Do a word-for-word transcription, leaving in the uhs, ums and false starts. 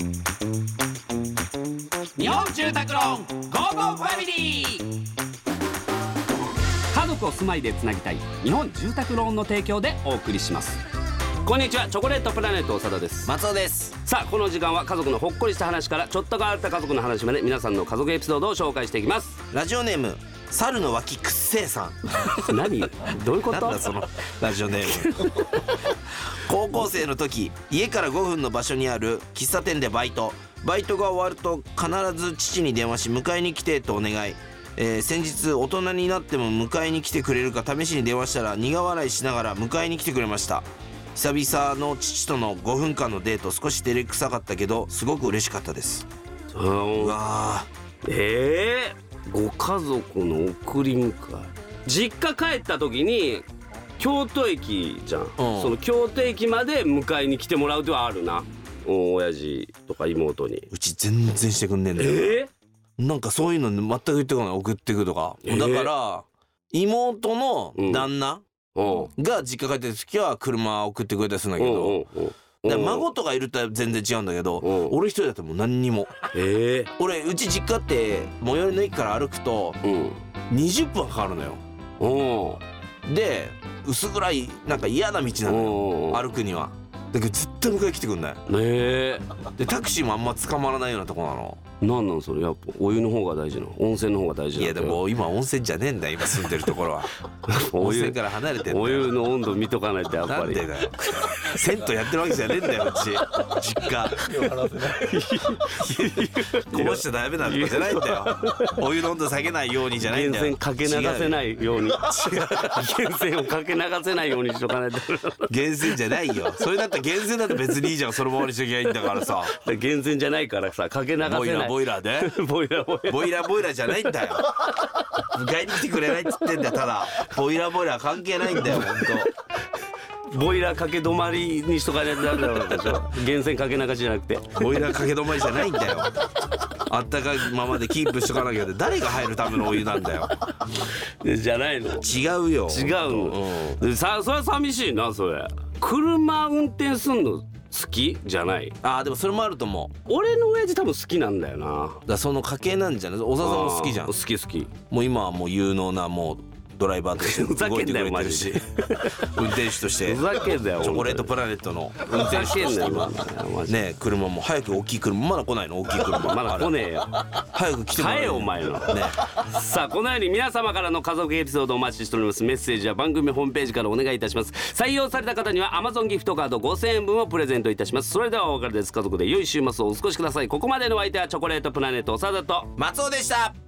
日本住宅ローンゴーゴーファミリー。家族を住まいでつなぎたい日本住宅ローンの提供でお送りします。こんにちは、チョコレートプラネット長田です。 松尾です。 さあ、この時間は家族のほっこりした話からちょっと変わった家族の話まで皆さんの家族エピソードを紹介していきます。 ラジオネーム猿の脇くっせえさん何どういうこと？ なんだそのラジオネーム高校生の時、家からごふんの場所にある喫茶店でバイトバイトが終わると必ず父に電話し迎えに来てとお願い、えー、先日大人になっても迎えに来てくれるか試しに電話したら苦笑いしながら迎えに来てくれました。久々の父とのごふんかんのデート、少し照れくさかったけどすごく嬉しかったです。うわー、えー、ご家族の送り迎え、実家帰った時に京都駅じゃん、うん、その京都駅まで迎えに来てもらうではあるな、親父とか妹に。 うち全然してくんねえんだよ、えー、なんかそういうの全く言ってこない。送ってくとか、えー、だから妹の旦那、うん、が実家帰ってる時は車送ってくれたりするんだけど、うんうんうん、だ孫とかいると全然違うんだけど、うん、俺一人だともう何にも、えー、俺うち実家って最寄りの駅から歩くとにじゅっぷんかかるのよ、うん、で薄暗いなんか嫌な道なのよ、歩くには。だけど絶対迎え来てくんない、えー、でタクシーもあんま捕まらないようなとこなの。 なんなんそれ、やっぱお湯の方が大事なの、温泉の方が大事なの。 いやでも今温泉じゃねえんだよ、今住んでるところは温泉から離れてんだよ。 お湯の温度見とかないとやっぱり。 なんでだよ銭湯やってるわけじゃねえんだよ、うち実家こぼしちゃダメなとかじゃないんだよお湯の温度下げないようにじゃないんだよ。 源泉かけ流せないように源泉をかけ流せないようにしとかないと源泉じゃないよ、それだったら源泉だって別にいいじゃん、そのままにしときゃいいんだからさ。 源泉じゃないからさ、かけ流せない。 ボイラーボイラーでボイラーボイラーボイラーボイラーじゃないんだよ迎えに来てくれないっつってんだよ。ただボイラーボイラー関係ないんだよ、ほんと。 ボイラーかけ止まりにしとかないとダメだろうでしょ源泉かけ流しじゃなくてボイラーかけ止まりじゃないんだよあったかいままでキープしとかなきゃ。誰が入るためのお湯なんだよじゃないの。 違うよ、 違うの、うん、さそれは寂しいな。それ車運転すんの好きじゃない？ あーでもそれもあると思う。 俺の親父多分好きなんだよな。だからその家系なんじゃない？小沢さんも好きじゃん。 好き好き。 もう今はもう有能なもうドライバーとして動いてくれてるし運転手としてふざけんだよチョコレートプラネットの運転手として今ね、車も早く大きい車まだ来ないの。大きい車まだ来ねえよ早く来てもらえよお前の、ね、さあこのように皆様からの家族エピソードをお待ちしております。メッセージは番組ホームページからお願いいたします。採用された方には Amazon ギフトカードごせんえん分をプレゼントいたします。それではお別れです。家族で良い週末をお過ごしください。ここまでのお相手はチョコレートプラネット長田と松尾でした。